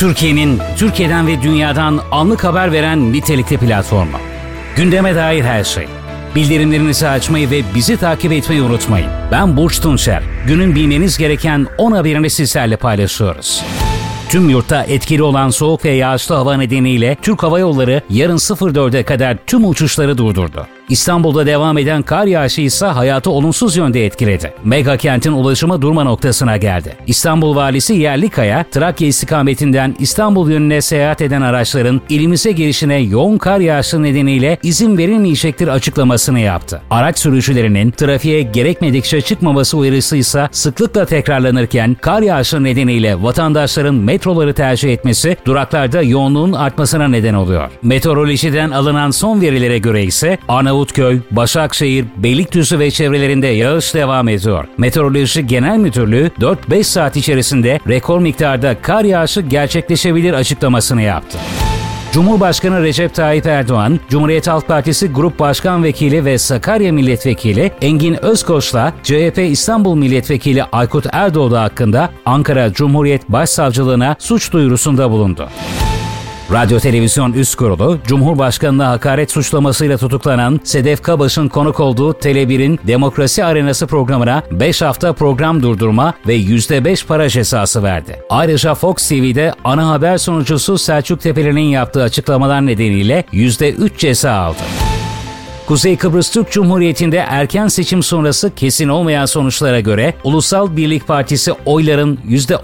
Türkiye'den ve dünyadan anlık haber veren nitelikli platformu. Gündeme dair her şey. Bildirimlerinizi açmayı ve bizi takip etmeyi unutmayın. Ben Burç Tunçer. Günün bilmeniz gereken 10 haberini sizlerle paylaşıyoruz. Tüm yurtta etkili olan soğuk ve yağışlı hava nedeniyle Türk Hava Yolları yarın 04'e kadar tüm uçuşları durdurdu. İstanbul'da devam eden kar yağışı ise hayatı olumsuz yönde etkiledi. Mega kentin ulaşımı durma noktasına geldi. İstanbul Valisi Yerlikaya, Trakya istikametinden İstanbul yönüne seyahat eden araçların ilimize girişine yoğun kar yağışı nedeniyle izin verilmeyecektir açıklamasını yaptı. Araç sürücülerinin trafiğe gerekmedikçe çıkmaması uyarısı ise sıklıkla tekrarlanırken kar yağışı nedeniyle vatandaşların metroları tercih etmesi duraklarda yoğunluğun artmasına neden oluyor. Meteorolojiden alınan son verilere göre ise Arnavutköy, Başakşehir, Beylikdüzü ve çevrelerinde yağış devam ediyor. Meteoroloji Genel Müdürlüğü 4-5 saat içerisinde rekor miktarda kar yağışı gerçekleşebilir açıklamasını yaptı. Cumhurbaşkanı Recep Tayyip Erdoğan, Cumhuriyet Halk Partisi Grup Başkan Vekili ve Sakarya Milletvekili Engin Özkoç'la CHP İstanbul Milletvekili Aykut Erdoğdu hakkında Ankara Cumhuriyet Başsavcılığına suç duyurusunda bulundu. Radyo Televizyon Üst Kurulu, Cumhurbaşkanı'na hakaret suçlamasıyla tutuklanan Sedef Kabaş'ın konuk olduğu Tele1'in Demokrasi Arenası programına 5 hafta program durdurma ve %5 para cezası verdi. Ayrıca Fox TV'de ana haber sunucusu Selçuk Tepeli'nin yaptığı açıklamalar nedeniyle %3 ceza aldı. Kuzey Kıbrıs Türk Cumhuriyeti'nde erken seçim sonrası kesin olmayan sonuçlara göre Ulusal Birlik Partisi oyların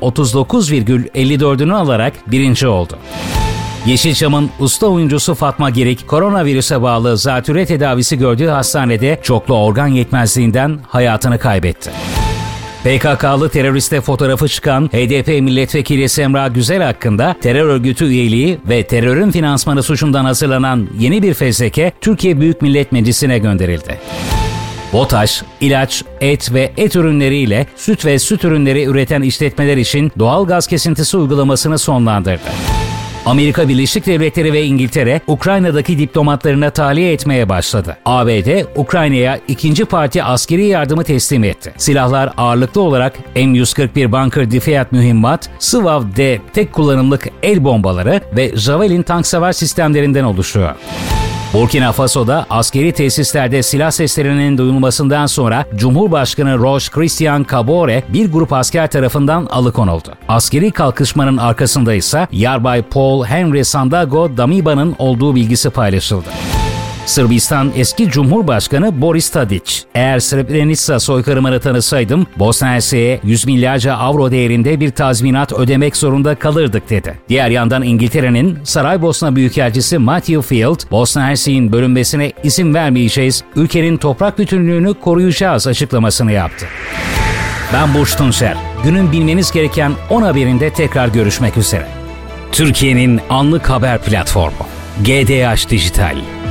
%39,54'ünü alarak birinci oldu. Yeşilçam'ın usta oyuncusu Fatma Girik, koronavirüse bağlı zatürre tedavisi gördüğü hastanede çoklu organ yetmezliğinden hayatını kaybetti. PKK'lı teröriste fotoğrafı çıkan HDP milletvekili Semra Güzel hakkında terör örgütü üyeliği ve terörün finansmanı suçundan hazırlanan yeni bir fezleke Türkiye Büyük Millet Meclisi'ne gönderildi. BOTAŞ, ilaç, et ve et ürünleriyle süt ve süt ürünleri üreten işletmeler için doğal gaz kesintisi uygulamasını sonlandırdı. Amerika Birleşik Devletleri ve İngiltere, Ukrayna'daki diplomatlarına tahliye etmeye başladı. ABD, Ukrayna'ya ikinci parti askeri yardımı teslim etti. Silahlar ağırlıklı olarak M141 Bunker Difiyat mühimmat, SİVAV-D tek kullanımlık el bombaları ve Javelin tank savar sistemlerinden oluşuyor. Burkina Faso'da askeri tesislerde silah seslerinin duyulmasından sonra Cumhurbaşkanı Roch Christian Kabore bir grup asker tarafından alıkonuldu. Askeri kalkışmanın arkasında ise Yarbay Paul Henry Sandago Damiba'nın olduğu bilgisi paylaşıldı. Sırbistan eski Cumhurbaşkanı Boris Tadic, eğer Srebrenica soykırımını tanısaydım Bosna Hersek'e 100 milyarca avro değerinde bir tazminat ödemek zorunda kalırdık dedi. Diğer yandan İngiltere'nin Saraybosna Büyükelçisi Matthew Field, Bosna Hersek'in bölünmesine izin vermeyeceğiz, ülkenin toprak bütünlüğünü koruyacağız açıklamasını yaptı. Ben Burç Tunçer. Günün bilmeniz gereken 10 haberinde tekrar görüşmek üzere. Türkiye'nin anlık haber platformu GDH Dijital.